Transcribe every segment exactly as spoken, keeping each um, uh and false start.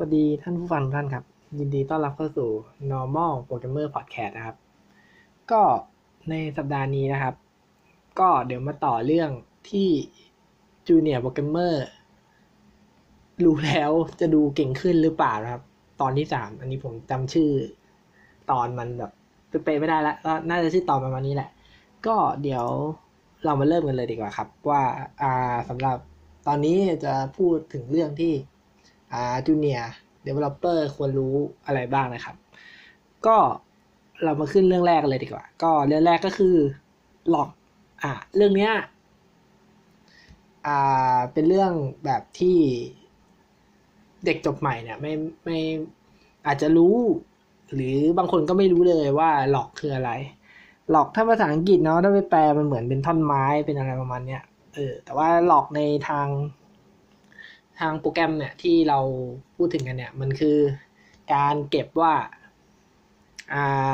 วัสดีท่านผู้ฟังทุกท่านครับยินดีต้อนรับเข้าสู่ Normal Programmer Podcast นะครับก็ในสัปดาห์นี้นะครับก็เดี๋ยวมาต่อเรื่องที่ Junior Programmer รู้แล้วจะดูเก่งขึ้นหรือเปล่านะครับตอนที่สามอันนี้ผมจำชื่อตอนมันแบบเป๊ะๆไม่ได้แล้วก็น่าจะชื่อตอนประมาณนี้แหละก็เดี๋ยวเรามาเริ่มกันเลยดีกว่าครับว่าอ่าสำหรับตอนนี้จะพูดถึงเรื่องที่อ่า Junior Developer ควรรู้อะไรบ้างนะครับก็เรามาขึ้นเรื่องแรกกันเลยดีกว่าก็เรื่องแรกก็คือหลอกอ่าเรื่องเนี้ยอ่าเป็นเรื่องแบบที่เด็กจบใหม่เนี่ยไม่ไม่อาจจะรู้หรือบางคนก็ไม่รู้เลยว่าหลอกคืออะไรหลอกถ้าภาษาอังกฤษเนาะถ้าไปแปลมันเหมือนเป็นท่อนไม้เป็นอะไรประมาณเนี้ยเออแต่ว่าหลอกในทางทางโปรแกรมเนี่ยที่เราพูดถึงกันเนี่ยมันคือการเก็บว่าอ่า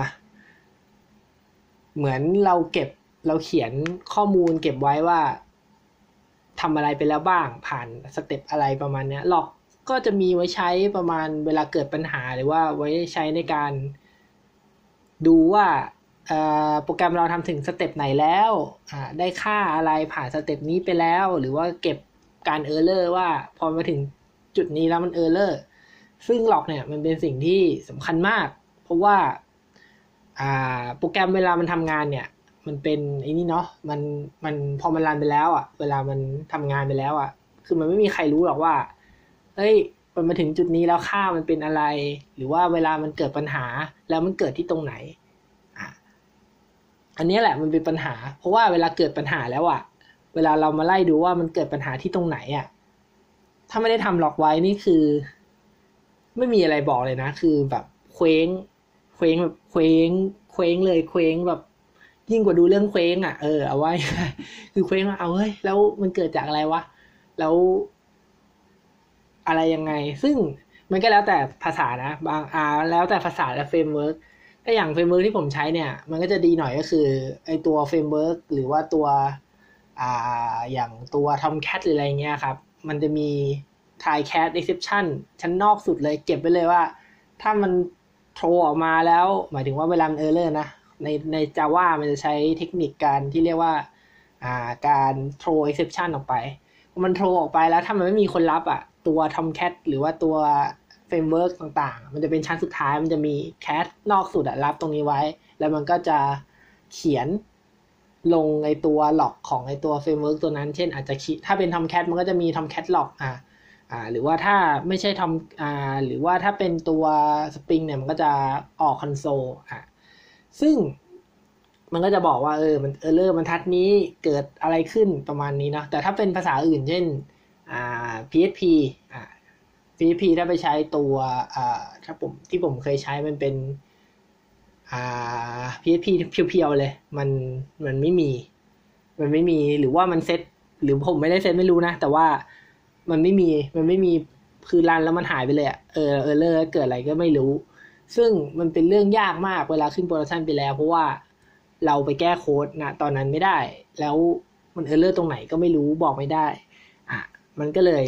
เหมือนเราเก็บเราเขียนข้อมูลเก็บไว้ว่าทำอะไรไปแล้วบ้างผ่านสเต็ปอะไรประมาณนี้หลอกก็จะมีไว้ใช้ประมาณเวลาเกิดปัญหาหรือว่าไว้ใช้ในการดูว่าโปรแกรมเราทำถึงสเต็ปไหนแล้วได้ค่าอะไรผ่านสเต็ปนี้ไปแล้วหรือว่าเก็บการเออร์เลอร์ว่าพอมาถึงจุดนี้แล้วมันเออร์เลอร์ซึ่งหลอกเนี่ยมันเป็นสิ่งที่สำคัญมากเพราะว่าโปรแกรมเวลามันทำงานเนี่ยมันเป็นไอ้นี่เนาะมันมันพอมันรันไปแล้วอ่ะเวลามันทำงานไปแล้วอ่ะคือมันไม่มีใครรู้หรอกว่าเฮ้ยมันมาถึงจุดนี้แล้วค่ามันเป็นอะไรหรือว่าเวลามันเกิดปัญหาแล้วมันเกิดที่ตรงไหนอ่ะอันนี้แหละมันเป็นปัญหาเพราะว่าเวลาเกิดปัญหาแล้วอ่ะเวลาเรามาไล่ดูว่ามันเกิดปัญหาที่ตรงไหนอ่ะถ้าไม่ได้ทำล็อกไว้นี่คือไม่มีอะไรบอกเลยนะคือแบบเคว้งเคว้งแบบเคว้งเคว้งเลยเคว้งแบบยิ่งกว่าดูเรื่องเคว้งอ่ะเออเอาไว้คือเคว้งว่าเอาเฮ้ยแล้วมันเกิดจากอะไรวะแล้วอะไรยังไงซึ่งมันก็แล้วแต่ภาษานะบางอ่าแล้วแต่ภาษาและเฟรมเวิร์กถ้าอย่างเฟรมเวิร์กที่ผมใช้เนี่ยมันก็จะดีหน่อยก็คือไอตัวเฟรมเวิร์กหรือว่าตัวอ่าอย่างตัว Tomcat หรืออะไรเงี้ยครับมันจะมี try catch exception ชั้นนอกสุดเลยเก็บไว้เลยว่าถ้ามันโทรออกมาแล้วหมายถึงว่าเวลามันเออร์เลอร์นะในใน Java มันจะใช้เทคนิคการที่เรียกว่าอ่าการ throw exception ออกไปมันโทรออกไปแล้วถ้ามันไม่มีคนรับอ่ะตัว Tomcat หรือว่าตัวเฟรมเวิร์กต่างๆมันจะเป็นชั้นสุดท้ายมันจะมี cat นอกสุดอ่ะรับตรงนี้ไว้แล้วมันก็จะเขียนลงในตัวหลอกของไอตัวเฟรมเวิร์กตัวนั้นเช่นอาจจะถ้าเป็น Tomcat มันก็จะมี Tomcat หลอกอ่ะอ่าหรือว่าถ้าไม่ใช่ทำอ่าหรือว่าถ้าเป็นตัว Spring เนี่ยมันก็จะออกคอนโซลอ่ะซึ่งมันก็จะบอกว่าเออมันเออร์เลอร์บรรทัดนี้เกิดอะไรขึ้นประมาณนี้นะแต่ถ้าเป็นภาษาอื่นเช่นอ่า พี เอช พี อ่า พี เอช พี ถ้าไปใช้ตัวอ่าถ้าผมที่ผมเคยใช้มันเป็นอ่า พี เอช พี เพียวๆเลยมันมันไม่มีมันไม่มีหรือว่ามันเซตหรือผมไม่ได้เซตไม่รู้นะแต่ว่ามันไม่มีมันไม่มีคือรันแล้วมันหายไปเลยอะเออเออเลอร์เกิดอะไรก็ไม่รู้ซึ่งมันเป็นเรื่องยากมากเวลาขึ้นโปรดักชันไปแล้วเพราะว่าเราไปแก้โค้ดนะตอนนั้นไม่ได้แล้วมันเออร์เลอร์ตรงไหนก็ไม่รู้บอกไม่ได้อ่ะมันก็เลย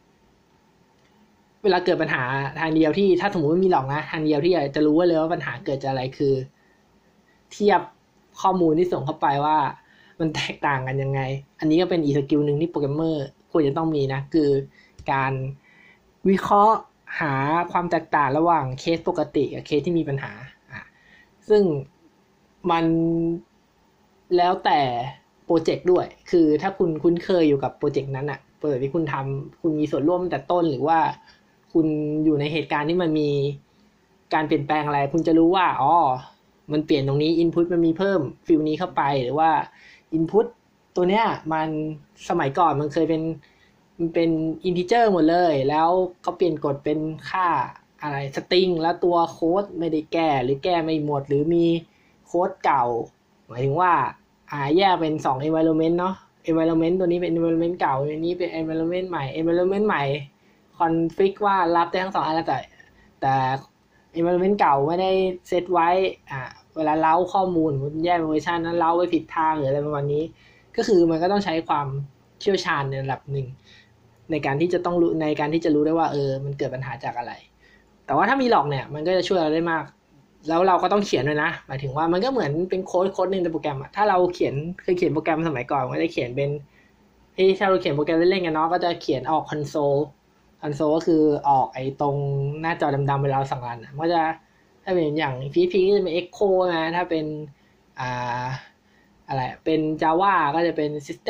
เวลาเกิดปัญหาทางเดียวที่ถ้าสมมติไม่มีหลอกนะทางเดียวที่จะรู้ว่าเลยว่าปัญหาเกิดจากอะไรคือเทียบข้อมูลที่ส่งเข้าไปว่ามันแตกต่างกันยังไงอันนี้ก็เป็นอีกสกิลหนึ่งที่โปรแกรมเมอร์ควรจะต้องมีนะคือการวิเคราะห์หาความแตกต่างระหว่างเคสปกติกับเคสที่มีปัญหาอ่ะซึ่งมันแล้วแต่โปรเจกต์ด้วยคือถ้าคุณคุ้นเคยอยู่กับโปรเจกต์นั้นอะโปรเจกต์ที่คุณทำคุณมีส่วนร่วมตั้งแต่ต้นหรือว่าคุณอยู่ในเหตุการณ์ที่มันมีการเปลี่ยนแปลงอะไรคุณจะรู้ว่าอ๋อมันเปลี่ยนตรงนี้ input มันมีเพิ่มฟิลนี้เข้าไปหรือว่า input ตัวเนี้ยมันสมัยก่อนมันเคยเป็นมันเป็น integer หมดเลยแล้วเขาเปลี่ยนกฎเป็นค่าอะไร string แล้วตัวโค้ดไม่ได้แก้หรือแก้ไม่หมดหรือมีโค้ดเก่าหมายถึงว่าอ่าแยกเป็นสอง environment เนาะ environment ตัวนี้เป็น environment เก่าตัวนี้เป็น environment ใหม่ environment ใหม่ config ว่ารับได้ทั้งสองอันแต่แต่ environment เก่าไม่ได้เซตไว้อ่าเวลาเล้าข้อมูลแยกเวอร์ชันนั้นเล้าไว้ผิดทางหรืออะไรประมาณนี้ก็คือมันก็ต้องใช้ความเชี่ยวชาญในระดับหนึ่งในการที่จะต้องรู้ในการที่จะรู้ได้ว่าเออมันเกิดปัญหาจากอะไรแต่ว่าถ้ามีหลอกเนี่ยมันก็จะช่วยเราได้มากแล้วเราก็ต้องเขียนด้วยนะหมายถึงว่ามันก็เหมือนเป็นโค้ดโค้ดหนึ่งในโปรแกรมอะถ้าเราเขียนเคยเขียนโปรแกรมสมัยก่อนก็จะเขียนเป็นที่ถ้าเราเขียนโปรแกรมเล่นๆกันเนาะก็จะเขียนออกคอนโซลคอนโซลก็คือออกไอ้ตรงหน้าจอดำๆเวลาเราสั่งรันมันก็จะถ้าเป็นอย่าง พี พี ก็จะเป็น Echo นะถ้าเป็นอ่าอะไรเป็น Java ก็จะเป็น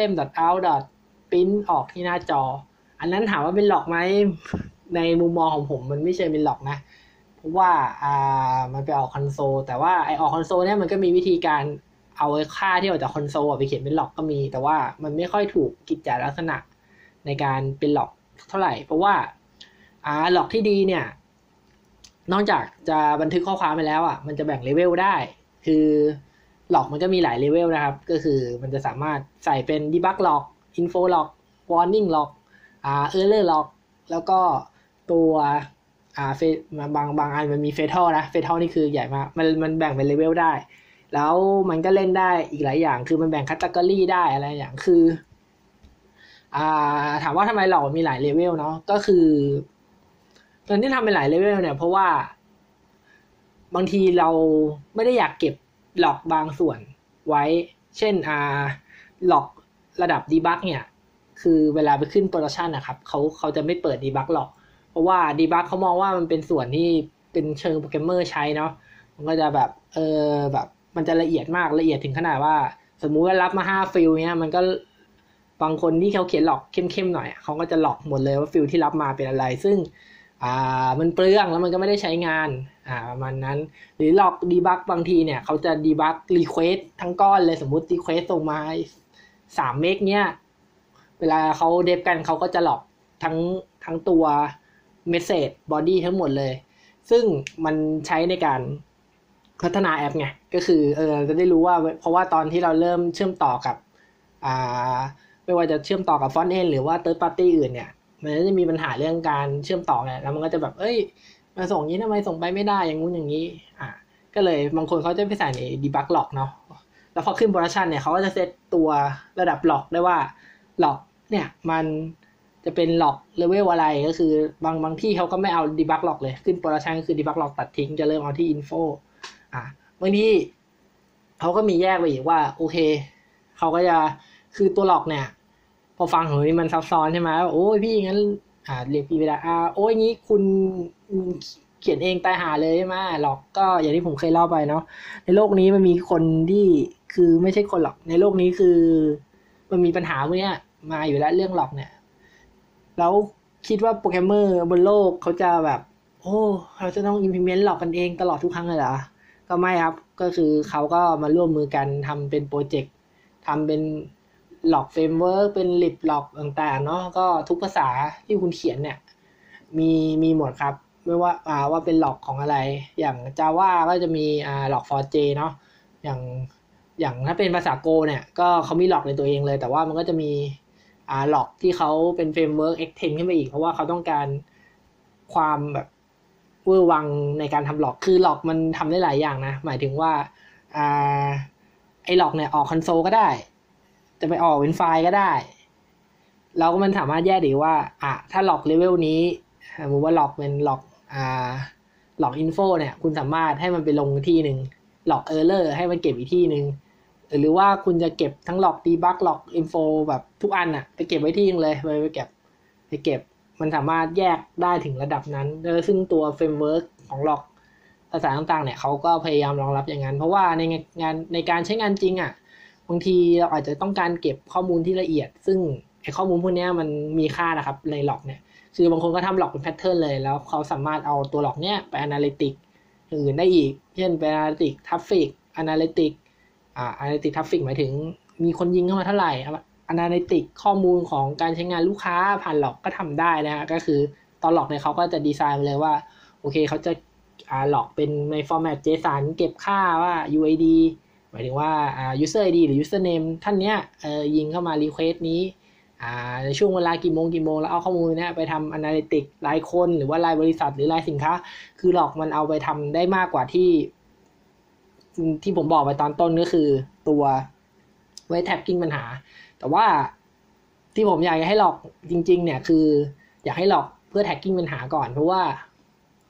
system.out.print ออกที่หน้าจออันนั้นถามว่าเป็นหลอกไหมในมุมมองของผมมันไม่ใช่เป็นหลอกนะเพราะว่าอ่ามันไปออกคอนโซลแต่ว่าไอออกคอนโซลเนี่ยมันก็มีวิธีการเอาค่าที่ออกจากคอนโซลไปเขียนเป็นหลอกก็มีแต่ว่ามันไม่ค่อยถูกกิจจลักษณะในการเป็นหลอกเท่าไหร่เพราะว่าอ่าหลอกที่ดีเนี่ยนอกจากจะบันทึกข้อความไปแล้วอ่ะมันจะแบ่งเลเวลได้คือหลอกมันก็มีหลายเลเวลนะครับก็คือมันจะสามารถใส่เป็น debug log info log warning log อ่า error log แล้วก็ตัวอ่าเฟบางบางอันมันมีเฟทัลนะเฟทัลนี่คือใหญ่มากมันมันแบ่งเป็นเลเวลได้แล้วมันก็เล่นได้อีกหลายอย่างคือมันแบ่งคัตเตอรี่ได้อะไรอย่างคืออ่าถามว่าทำไมหลอกมีหลายเลเวลเนาะก็คือตอนที่ทำเป็นหลายเลเวลเนี่ยเพราะว่าบางทีเราไม่ได้อยากเก็บหลอกบางส่วนไว้เช่นอ่าหลอกระดับดีบักเนี่ยคือเวลาไปขึ้นโปรดักชันนะครับเขาเขาจะไม่เปิดดีบักหรอกเพราะว่าดีบักเขามองว่ามันเป็นส่วนที่เป็นเชิงโปรแกรมเมอร์ใช้เนาะมันก็จะแบบเออแบบมันจะละเอียดมากละเอียดถึงขนาดว่าสมมุติว่ารับมาห้าฟิลเนี้ยมันก็บางคนที่เขาเขียนหลอกเข้มๆหน่อยเขาก็จะหลอกหมดเลยว่าฟิลที่รับมาเป็นอะไรซึ่งอ่ามันเปลืองแล้วมันก็ไม่ได้ใช้งานอ่าประมาณนั้นหรือหลอกดีบักบางทีเนี่ยเขาจะดีบักรีเควสทั้งก้อนเลยสมมุติรีเควสส่งมาสามเมกเนี้ยเวลาเขาเดฟกันเขาก็จะหลอกทั้งทั้งตัวเมสเสจบอดี้ทั้งหมดเลยซึ่งมันใช้ในการพัฒนาแอปไงก็คือเออจะได้รู้ว่าเพราะว่าตอนที่เราเริ่มเชื่อมต่อกับอ่าไม่ว่าจะเชื่อมต่อกับฟอนต์เอนด์หรือว่าเติร์ดปาร์ตี้อื่นเนี่ยมันจะมีปัญหาเรื่องการเชื่อมต่อไงแล้วมันก็จะแบบเอ้ยมาส่งนี้ทำไมส่งไปไม่ได้อย่างงู้นอย่างนี้อ่ะก็เลยบางคนเขาจะไปใส่ในดีบักหลอกเนาะแล้วพอขึ้นโปรดักชันเนี่ยเขาก็จะเซตตัวระดับหลอกได้ว่าหลอกเนี่ยมันจะเป็นหลอกเลเวลอะไรก็คือบางบางที่เขาก็ไม่เอาดีบักหลอกเลยขึ้นโปรดักชันก็คือดีบักหลอกตัดทิ้งจะเริ่มเอาที่อินโฟอ่ะบางทีเขาก็มีแยกไปอีกว่าโอเคเขาก็จะคือตัวหลอกเนี่ยพอฟังเฮ้ยมันซับซ้อนใช่ไหมโอ้ยพี่งั้นอ่าเรียกพี่ไปได้อ่าโอ้ยงี้คุณเขียนเองตายหาเลยใช่ไหมหลอกก็อย่างที่ผมเคยเล่าไปเนาะในโลกนี้มันมีคนที่คือไม่ใช่คนหรอกในโลกนี้คือมันมีปัญหาพวกนี้มาอยู่แล้วเรื่องหลอกเนี่ยแล้วคิดว่าโปรแกรมเมอร์บนโลกเขาจะแบบโอ้เราจะต้อง implement หลอกกันเองตลอดทุกครั้งเลยเหรอก็ไม่ครับก็คือเขาก็มาร่วมมือกันทำเป็นโปรเจกต์ทำเป็นหลอกเฟรมเวิร์กเป็นลิบหลอกต่างๆเนาะก็ทุกภาษาที่คุณเขียนเนี่ยมีมีหมดครับไม่ว่าอ่าว่าเป็นหลอกของอะไรอย่าง Java ก็จะมีอ่าหลอก โฟร์ เจ เนาะอย่างอย่างถ้าเป็นภาษา Go เนี่ยก็เขามีหลอกในตัวเองเลยแต่ว่ามันก็จะมีอ่าหลอกที่เขาเป็นเฟรมเวิร์ก extend ขึ้นไปอีกเพราะว่าเขาต้องการความแบบเวอร์วังในการทำหลอกคือหลอกมันทำได้หลายอย่างนะหมายถึงว่าอ่าไอ้หลอกเนี่ยออกคอนโซลก็ได้จะไปออกเป็นไฟล์ก็ได้แล้วก็มันสามารถแยกได้ว่าอ่ะถ้าหลอกเลเวลนี้สมมติว่าหลอกเป็นหลอกอ่าหลอกอินโฟเนี่ยคุณสามารถให้มันไปลงที่หนึ่งหลอกเออร์เลอร์ให้มันเก็บอีกที่หนึ่งหรือว่าคุณจะเก็บทั้งหลอกดีบักหลอกอินโฟแบบทุกอันอะไปเก็บไว้ที่นึงเลยไปไปเก็บไปเก็บมันสามารถแยกได้ถึงระดับนั้นซึ่งตัวเฟรมเวิร์กของหลอกภาษาต่างๆเนี่ยเขาก็พยายามรองรับอย่างนั้นเพราะว่าในงานในการใช้งานจริงอะบางทีเราอาจจะต้องการเก็บข้อมูลที่ละเอียดซึ่งไอ้ข้อมูลพวกนี้มันมีค่านะครับในหลอกเนี่ยคือบางคนก็ทำหลอกเป็นแพทเทิร์นเลยแล้วเขาสามารถเอาตัวหลอกเนี้ยไป analytic อื่นได้อีกเช่นเป็น analytic traffic analytic อ่า analytic traffic หมายถึงมีคนยิงเข้ามาเท่าไหร่ analytic ข้อมูลของการใช้งานลูกค้าผ่านหลอกก็ทำได้นะฮะก็คือตอนหลอกเนี่ยเขาก็จะดีไซน์เลยว่าโอเคเขาจะอ่าหลอกเป็นใน format เจสัน เก็บค่าว่า ยู ไอ ดี หมายถึงว่าอ่า user ไอ ดี หรือ username ท่านเนี้ยเอ่อยิงเข้ามา request นี้อ่าในช่วงเวลากี่โมงกี่โมงแล้วเอาข้อมูลเนี้ยไปทำ analytic รายคนหรือว่ารายบริษัทหรือรายสินค้าคือหลอกมันเอาไปทำได้มากกว่าที่ที่ผมบอกไปตอนต้นก็คือตัวไว้ tagging ปัญหาแต่ว่าที่ผมอยากให้หลอกจริงๆเนี่ยคืออยากให้หลอกเพื่อ tagging ปัญหาก่อนเพราะว่า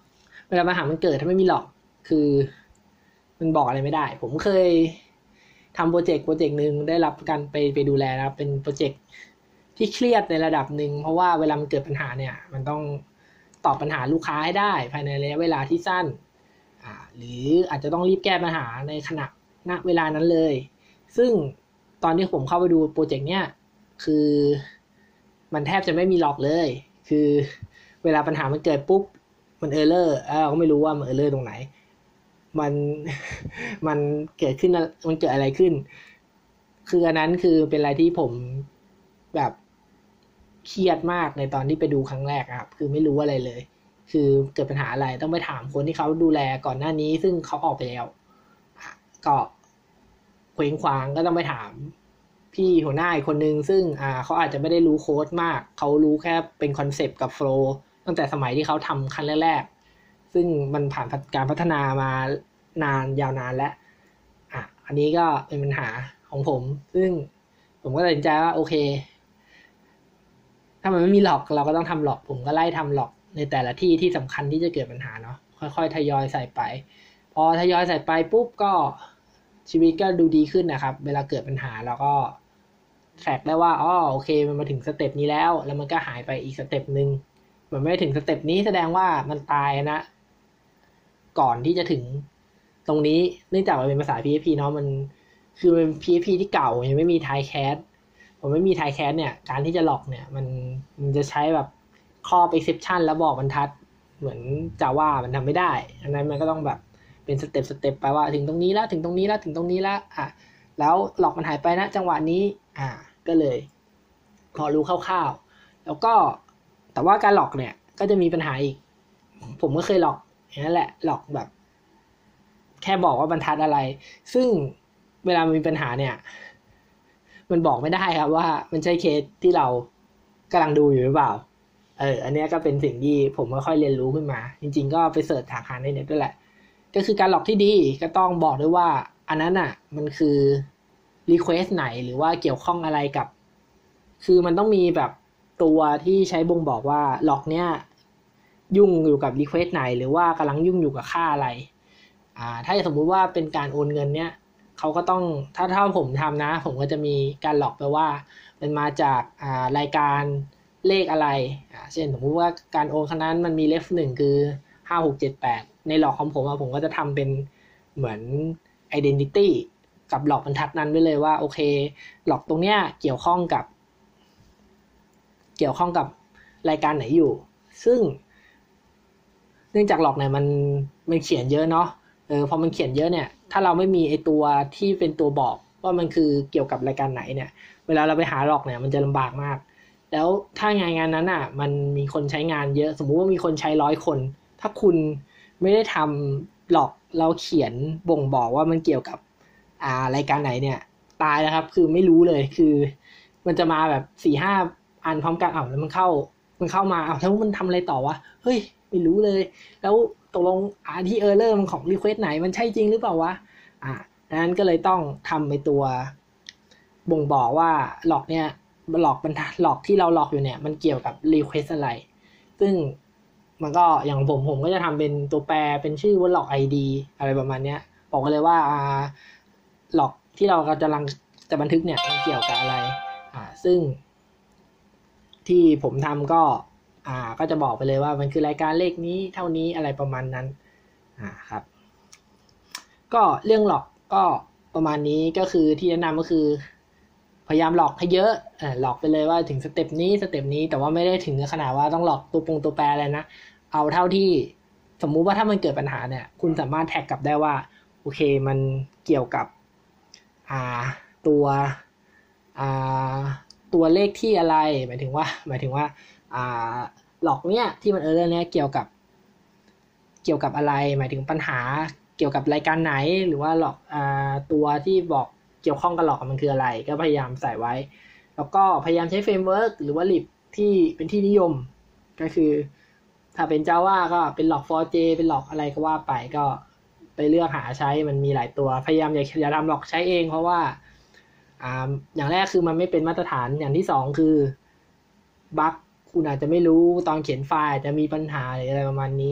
เวลาปัญหามันเกิดถ้าไม่มีหลอกคือมันบอกอะไรไม่ได้ผมเคยทำโปรเจกต์โปรเจกต์หนึ่งได้รับการไปไปดูแลนะครับเป็นโปรเจกต์ที่เครียดในระดับหนึ่งเพราะว่าเวลามันเกิดปัญหาเนี่ยมันต้องตอบปัญหาลูกค้าให้ได้ภายในระยะเวลาที่สั้นอ่าหรืออาจจะต้องรีบแก้ปัญหาในขณะณเวลานั้นเลยซึ่งตอนที่ผมเข้าไปดูโปรเจกต์เนี้ยคือมันแทบจะไม่มีหลอกเลยคือเวลาปัญหามันเกิดปุ๊บมันเออร์เลอร์เราก็ไม่รู้ว่ามันเออร์เลอร์ตรงไหนมันมันเกิดขึ้นมันเกิดอะไรขึ้นคืออันนั้นคือเป็นอะไรที่ผมแบบเครียดมากในตอนที่ไปดูครั้งแรกครับคือไม่รู้อะไรเลยคือเกิดปัญหาอะไรต้องไปถามคนที่เขาดูแลก่อนหน้านี้ซึ่งเขาออกไปแล้วก็เคว้งคว้างก็ต้องไปถามพี่หัวหน้าอีกคนนึงซึ่งอ่าเขาอาจจะไม่ได้รู้โค้ดมากเขารู้แค่เป็นคอนเซปต์กับโฟลว์ตั้งแต่สมัยที่เขาทำขั้นแรกๆซึ่งมันผ่านการพัฒนามานานยาวนานแล้วอ่ะอันนี้ก็เป็นปัญหาของผมซึ่งผมก็ตัดสินใจว่าโอเคถ้ามันไม่มีหลอกเราก็ต้องทำหลอกผมก็ไล่ทำหลอกในแต่ละที่ที่สำคัญที่จะเกิดปัญหาเนาะค่อยๆทยอยใส่ไปพอทยอยใส่ไปปุ๊บก็ชีวิตก็ดูดีขึ้นนะครับเวลาเกิดปัญหาเราก็แทร็กได้ว่าอ๋อโอเคมันมาถึงสเต็ปนี้แล้วแล้วมันก็หายไปอีกสเต็ปนึงมันไม่ถึงสเต็ปนี้แสดงว่ามันตายนะก่อนที่จะถึงตรงนี้เนื่องจากมันเป็นภาษา พี เอช พี เนาะมันคือเป็น พี เอช พี ที่เก่ายังไม่มีไทแคสผมไม่มีไทแคสเนี่ยการที่จะหลอกเนี่ยมันมันจะใช้แบบครอบ exception แล้วบอกบรรทัดเหมือน Java มันทำไม่ได้อันนั้นมันก็ต้องแบบเป็นสเต็ปสเต็ปไปว่าถึงตรงนี้แล้วถึงตรงนี้แล้วถึงตรงนี้แล้วอ่ะแล้วหลอกมันหายไปนะจังหวะนี้อ่าก็เลยพอรู้คร่าวๆแล้วก็แต่ว่าการหลอกเนี่ยก็จะมีปัญหาอีกผมก็เคยหลอกอย่างนั้นแหละหลอกแบบแค่บอกว่าบรรทัดอะไรซึ่งเวลามันมีปัญหาเนี่ยมันบอกไม่ได้ครับว่ามันใช่เคสที่เรากำลังดูอยู่หรือเปล่าเอออันนี้ก็เป็นสิ่งที่ผมค่อยๆเรียนรู้ขึ้นมาจริงๆก็ไปเสิร์ชหาในเน็ตด้วยแหละก็คือการหลอกที่ดีก็ต้องบอกด้วยว่าอันนั้นอ่ะมันคือ request ไหนหรือว่าเกี่ยวข้องอะไรกับคือมันต้องมีแบบตัวที่ใช้บ่งบอกว่าหลอกเนี้ยยุ่งอยู่กับ request ไหนหรือว่ากำลังยุ่งอยู่กับค่าอะไรอ่าถ้าสมมุติว่าเป็นการโอนเงินเนี้ยเขาก็ต้องถ้าถ้าผมทำนะผมก็จะมีการหลอกไปว่ามันมาจากอ่ารายการเลขอะไรอ่าเช่นสมมุติว่าการโอนครั้งนั้นมันมีเลขหนึ่งคือห้าหกเจ็ดแปดในหลอกของผมอะผมก็จะทำเป็นเหมือน identity กับหลอกบรรทัดนั้นไว้เลยว่าโอเคหลอกตรงเนี้ยเกี่ยวข้องกับเกี่ยวข้องกับรายการไหนอยู่ซึ่งเนื่องจากหลอกเนี่ยมันมันเขียนเยอะเนาะเออพอมันเขียนเยอะเนี่ยถ้าเราไม่มีไอตัวที่เป็นตัวบอกว่ามันคือเกี่ยวกับรายการไหนเนี่ยเวลาเราไปหาหลอกเนี่ยมันจะลำบากมากแล้วถ้างานงานนั้นอ่ะมันมีคนใช้งานเยอะสมมุติว่ามีคนใช้ร้อยคนถ้าคุณไม่ได้ทำหลอกเราเขียนบ่งบอกว่ามันเกี่ยวกับอ่ารายการไหนเนี่ยตายแล้วครับคือไม่รู้เลยคือมันจะมาแบบสี่ห้าอันพร้อมกันอ้าวแล้วมันเข้ามันเข้ามาอ้าวแล้วมันทำอะไรต่อวะเฮ้ยไม่รู้เลยแล้วตกลงอ่าที่เออร์เลอร์มันของ request ไหนมันใช่จริงหรือเปล่าวะอ่าดังนั้นก็เลยต้องทำในตัวบ่งบอกว่าหลอกเนี่ยหลอกมันหลอกที่เราหลอกอยู่เนี่ยมันเกี่ยวกับ request อะไรซึ่งมันก็อย่างผมผมก็จะทำเป็นตัวแปรเป็นชื่อว่าหลอก ไอ ดี อะไรประมาณเนี้ยบอกกันเลยว่าอ่าหลอกที่เรากำลังจะบันทึกเนี่ยมันเกี่ยวกับอะไรอ่าซึ่งที่ผมทำก็อ่าก็จะบอกไปเลยว่ามันคือรายการเลขนี้เท่านี้อะไรประมาณนั้นอ่าครับก็เรื่องหลอกก็ประมาณนี้ก็คือที่แนะนำก็คือพยายามหลอกให้เยอะอ่าหลอกไปเลยว่าถึงสเต็ปนี้สเต็ปนี้แต่ว่าไม่ได้ถึงขนาดว่าต้องหลอกตัวปงตัวแปรอะไรนะเอาเท่าที่สมมุติว่าถ้ามันเกิดปัญหาเนี่ยคุณสามารถแท็กกลับได้ว่าโอเคมันเกี่ยวกับอ่าตัวอ่าตัวเลขที่อะไรหมายถึงว่าหมายถึงว่าอ่าหลอกเนี้ยที่มันเออร์เนี้ยเกี่ยวกับเกี่ยวกับอะไรหมายถึงปัญหาเกี่ยวกับรายการไหนหรือว่าหลอกอ่าตัวที่บอกเกี่ยวข้องกับหลอกมันคืออะไรก็พยายามใส่ไว้แล้วก็พยายามใช้เฟรมเวิร์กหรือว่า lib ที่เป็นที่นิยมก็คือถ้าเป็น Java ก็เป็นหลอก โฟร์ เจ เป็นหลอกอะไรก็ว่าไปก็ไปเลือกหาใช้มันมีหลายตัวพยายามอย่าอย่าทำหลอกใช้เองเพราะว่าอ่าอย่างแรกคือมันไม่เป็นมาตรฐานอย่างที่สองคือบั๊กคุณอาจจะไม่รู้ตอนเขียนไฟล์จะมีปัญหาหรืออะไรประมาณนี้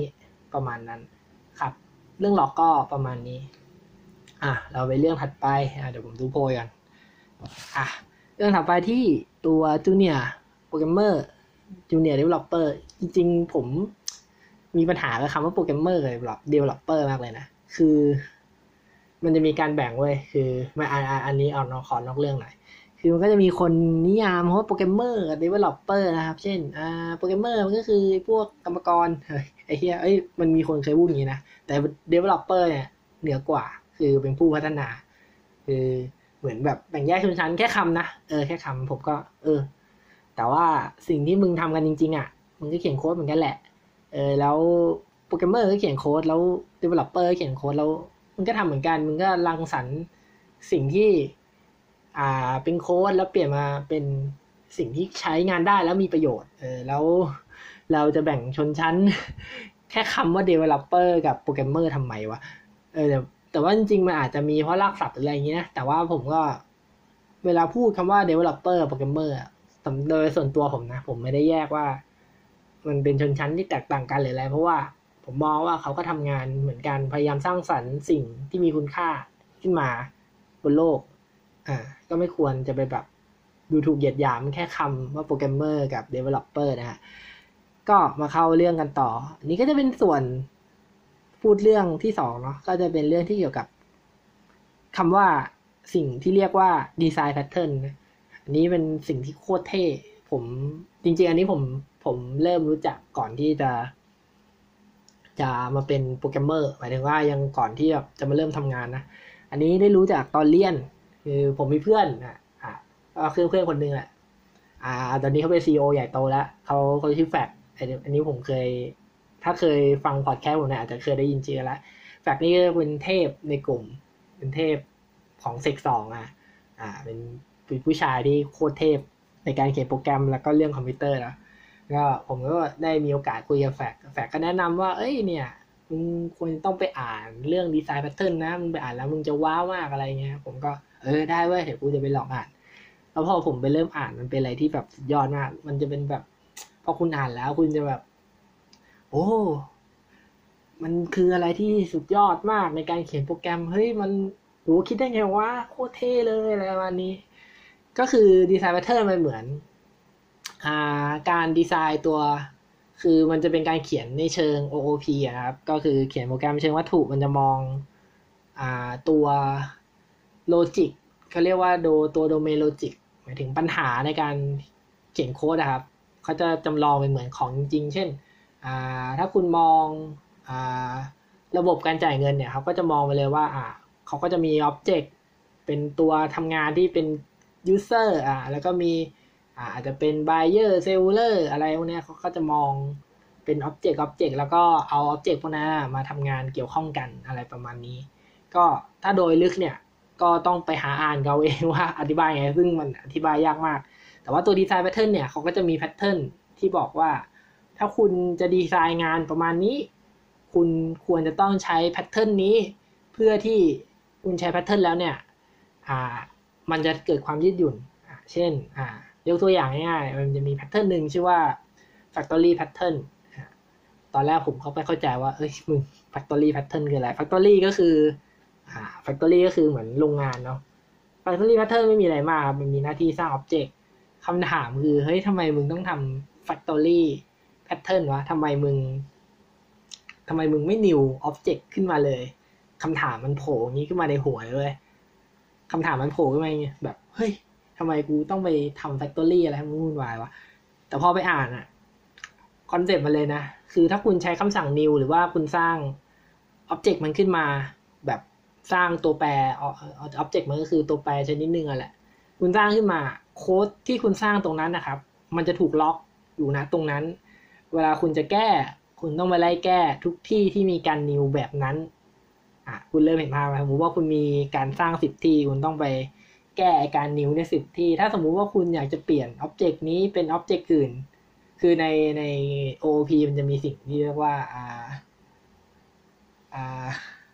ประมาณนั้นครับเรื่องล็อกก็ประมาณนี้อ่ะเราไปเรื่องถัดไปอ่ะเดี๋ยวผมดูโพยกันอ่ะเรื่องถัดไปที่ตัวจูเนียร์โปรแกรมเมอร์จูเนียร์เดเวลลอปเปอร์จริงๆผมมีปัญหากับคำว่าโปรแกรมเมอร์กับเดเวลลอปเปอร์มากเลยนะคือมันจะมีการแบ่งเว้ยคือมาอันอันนี้เอาขอนอกเรื่องหน่อยคือมันก็จะมีคนนิยามว่าโปรแกรมเมอร์กับเดเวลลอปเปอร์นะครับเช่นอ่าโปรแกรมเมอร์มันก็คือพวกกรรมกรเฮ้ยไอ้เหี้ยเอ้ยมันมีคนเคยพูดอย่างนี้นะแต่เดเวลลอปเปอร์เนี่ยเหนือกว่าคือเป็นผู้พัฒนาคือเหมือนแบบแบ่งแยกชนชั้นแค่คำนะเออแค่คำผมก็เออแต่ว่าสิ่งที่มึงทำกันจริงๆอ่ะมึงก็เขียนโค้ดเหมือนกันแหละเออแล้วโปรแกรมเมอร์ก็เขียนโค้ดแล้วเดเวลลอปเปอร์ก็เขียนโค้ดแล้วมึงก็ทำเหมือนกันมึงก็รังสรรค์สิ่งที่อ่าเป็นโค้ดแล้วเปลี่ยนมาเป็นสิ่งที่ใช้งานได้แล้วมีประโยชน์เออแล้วเราจะแบ่งชนชั้นแค่คำว่า developer กับโปรแกรมเมอร์ทำไมวะเออแต่แต่ว่าจริงๆมันอาจจะมีเพราะรากศัพท์อะไรอย่างนี้นะแต่ว่าผมก็เวลาพูดคำว่า developer โปรแกรมเมอร์โดยส่วนตัวผมนะผมไม่ได้แยกว่ามันเป็นชนชั้นที่แตกต่างกันหรืออะไรเพราะว่าผมมองว่าเขาก็ทำงานเหมือนกันพยายามสร้างสรรค์สิ่งที่มีคุณค่าขึ้นมาบนโลกอ่าก็ไม่ควรจะไปแบบดูถูกเหยียดหยามแค่คำว่าโปรแกรมเมอร์กับ developer นะฮะก็มาเข้าเรื่องกันต่ออันนี้ก็จะเป็นส่วนพูดเรื่องที่สองเนาะก็จะเป็นเรื่องที่เกี่ยวกับคำว่าสิ่งที่เรียกว่าดีไซน์แพทเทิร์นอันนี้เป็นสิ่งที่โคตรเท่ผมจริงๆอันนี้ผมผมเริ่มรู้จักก่อนที่จะจะมาเป็นโปรแกรมเมอร์หมายถึงว่ายังก่อนที่จะมาเริ่มทำงานนะอันนี้ได้รู้จากตอนเรียนคือผมมีเพื่อนอ่ะอ่ะก็คือเพื่อนคนนึงแหละอ่าตอนนี้เขาเป็นซีอีโอใหญ่โตแล้วเขาเขาชื่อแฟกอันนี้ผมเคยถ้าเคยฟังพอดแคสต์ผมเนี่ยอาจจะเคยได้ยินชื่อแล้วแฟกนี่ก็เป็นเทพในกลุ่มเป็นเทพของเซกสองอ่ะอ่าเป็นผู้ชายที่โคตรเทพในการเขียนโปรแกรมแล้วก็เรื่องคอมพิวเตอร์แล้วก็ผมก็ได้มีโอกาสคุยกับแฟกแฟกก็แนะนำว่าเอ้ยเนี่ยมึงควรต้องไปอ่านเรื่องดีไซน์แพทเทิร์นนะมึงไปอ่านแล้วมึงจะว้าวมากอะไรเงี้ยผมก็เออได้เว้ยเดี๋ยวกูจะไปลองอ่านแล้วพอผมไปเริ่มอ่านมันเป็นอะไรที่แบบสุดยอดมากมันจะเป็นแบบพอคุณอ่านแล้วคุณจะแบบโอ้มันคืออะไรที่สุดยอดมากในการเขียนโปรแกรมเฮ้ยมันโหคิดได้ไงวะโคตรเท่เลยอะไรประมาณนี้ก็คือดีไซน์แพทเทิร์นมันเหมือนอ่าการดีไซน์ตัวคือมันจะเป็นการเขียนในเชิง โอ โอ พี นะครับก็คือเขียนโปรแกรมเชิงวัตถุมันจะมองอ่าตัวโลจิกเขาเรียกว่าโดตัวโดเมนโลจิกหมายถึงปัญหาในการเขียนโค้ดนะครับเขาจะจำลองเป็นเหมือนของจริงๆเช่นอ่าถ้าคุณมองอ่าระบบการจ่ายเงินเนี่ยเขาก็จะมองไปเลยว่าอ่าเขาก็จะมีอ็อบเจกต์เป็นตัวทำงานที่เป็น user อ่าแล้วก็มีอ่าอาจจะเป็น buyer seller อะไรพวกนี้เขาก็จะมองเป็น object object แล้วก็เอา object พวกนั้นมาทำงานเกี่ยวข้องกันอะไรประมาณนี้ก็ถ้าโดยลึกเนี่ยก็ต้องไปหาอ่านเขาเองว่าอธิบายไงซึ่งมันอธิบายยากมากแต่ว่าตัวดีไซน์แพทเทิร์นเนี่ยเขาก็จะมีแพทเทิร์นที่บอกว่าถ้าคุณจะดีไซน์งานประมาณนี้คุณควรจะต้องใช้แพทเทิร์นนี้เพื่อที่คุณใช้แพทเทิร์นแล้วเนี่ยอ่ามันจะเกิดความยืดหยุ่นอ่าเช่นอ่ายกตัวอย่างง่ายๆมันจะมีแพทเทิร์นหนึ่งชื่อว่า factory pattern ตอนแรกผมเขาไม่เข้าใจว่าเอ้ยมึง factory pattern คืออะไร factory ก็คืออ่า factory ก็คือเหมือนโรงงานเนาะ factory pattern ไม่มีอะไรมากครับมันมีหน้าที่สร้าง object คำถามคือเฮ้ยทำไมมึงต้องทำ factory pattern วะทำไมมึงทำไมมึงไม่ new object ขึ้นมาเลยคำถามมันโผล่อย่างนี้ขึ้นมาในหัวเลยคำถามมันโผล่ขึ้นมาอย่างเงี้ยแบบเฮ้ยทำไมกูต้องไปทำ factory อะไรให้มันวุ่นวายวะแต่พอไปอ่านอะคอนเซ็ปต์มันเลยนะคือถ้าคุณใช้คำสั่ง new หรือว่าคุณสร้าง object มันขึ้นมาแบบสร้างตัวแปร object มันก็คือตัวแปรชนิดนึงอ่ะแหละคุณสร้างขึ้นมาโค้ดที่คุณสร้างตรงนั้นนะครับมันจะถูกล็อกอยู่นะตรงนั้นเวลาคุณจะแก้คุณต้องไปไล่แก้ทุกที่ที่มีการ new แบบนั้นอ่ะคุณเริ่มเห็นภาพไหมสมมติว่าคุณมีการสร้างสิบที่คุณต้องไปแก้การ new ในสิบที่ถ้าสมมุติว่าคุณอยากจะเปลี่ยน object นี้เป็น object อื่นคือในใน โอ โอ พี มันจะมีสิ่งที่เรียกว่าอ่าอ่า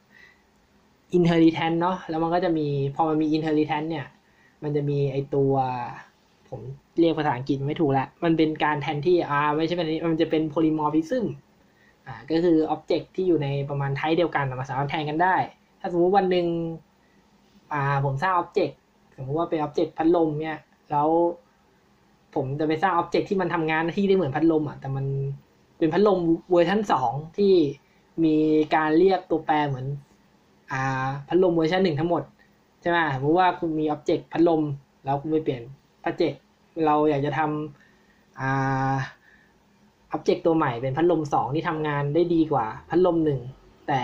inheritance เนาะแล้วมันก็จะมีพอมันมี inheritance เนี่ยมันจะมีไอตัวผมเรียกภาษาอังกฤษไม่ถูกละมันเป็นการแทนที่อ่าไม่ใช่แบบนี้มันจะเป็น polymorphism อ่าก็คือ Object ที่อยู่ในประมาณไทป์เดียวกันมาสามารถแทนกันได้ถ้าสมมุติวันหนึ่งอ่าผมสร้าง Object สมมุติว่าเป็น Object พัดลมเนี่ยแล้วผมจะไปสร้าง Object ที่มันทำงานที่ได้เหมือนพัดลมอ่ะแต่มันเป็นพัดลมเวอร์ชันสองที่มีการเรียกตัวแปรเหมือนอ่าพัดลมเวอร์ชันหนึ่งทั้งหมดใช่ไหมสมมติว่าคุณมี Object พัดลมแล้วคุณไปเปลี่ยน Object เราอยากจะทำอ่า Object ตัวใหม่เป็นพัดลมสองที่ทำงานได้ดีกว่าพัดลมหนึ่งแต่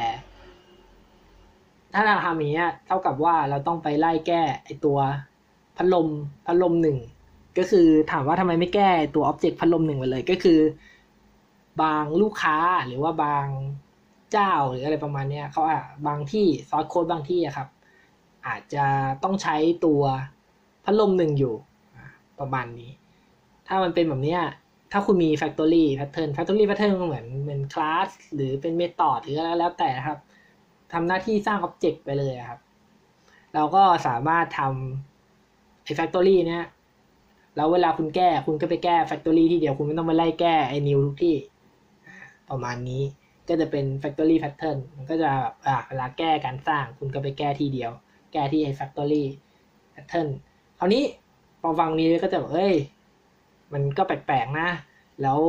ถ้าเราทำอย่างนี้เท่ากับว่าเราต้องไปไล่แก้ไอตัวพัดลมพัดลมหนึ่งก็คือถามว่าทำไมไม่แก้ตัว Object พัดลมหนึ่งไปเลยก็คือบางลูกค้าหรือว่าบางเจ้าหรืออะไรประมาณนี้เขาอ่ะบางที่ซอสโค้ดบางที่อะครับอาจจะต้องใช้ตัวพัดลมหนึ่งอยู่ประมาณนี้ถ้ามันเป็นแบบนี้ถ้าคุณมี factory pattern factory pattern ก็เหมือนเป็นคลาสหรือเป็น method หรืออะไรแล้วแต่ครับทำหน้าที่สร้าง object ไปเลยครับเราก็สามารถทำไอ้ factory เนี้ยแล้วเวลาคุณแก้คุณก็ไปแก้ factory ที่เดียวคุณไม่ต้องมาไล่แก้ไอ้ new ทุกที่ประมาณนี้ก็จะเป็น factory pattern มันก็จะแบบอ่าเวลาแก้การสร้างคุณก็ไปแก้ทีเดียวแก้ที่ไอ้ factory pattern คราวนี้พอฟังนี้ก็จะแบบเอ้ยมันก็แปลกๆนะแล้ว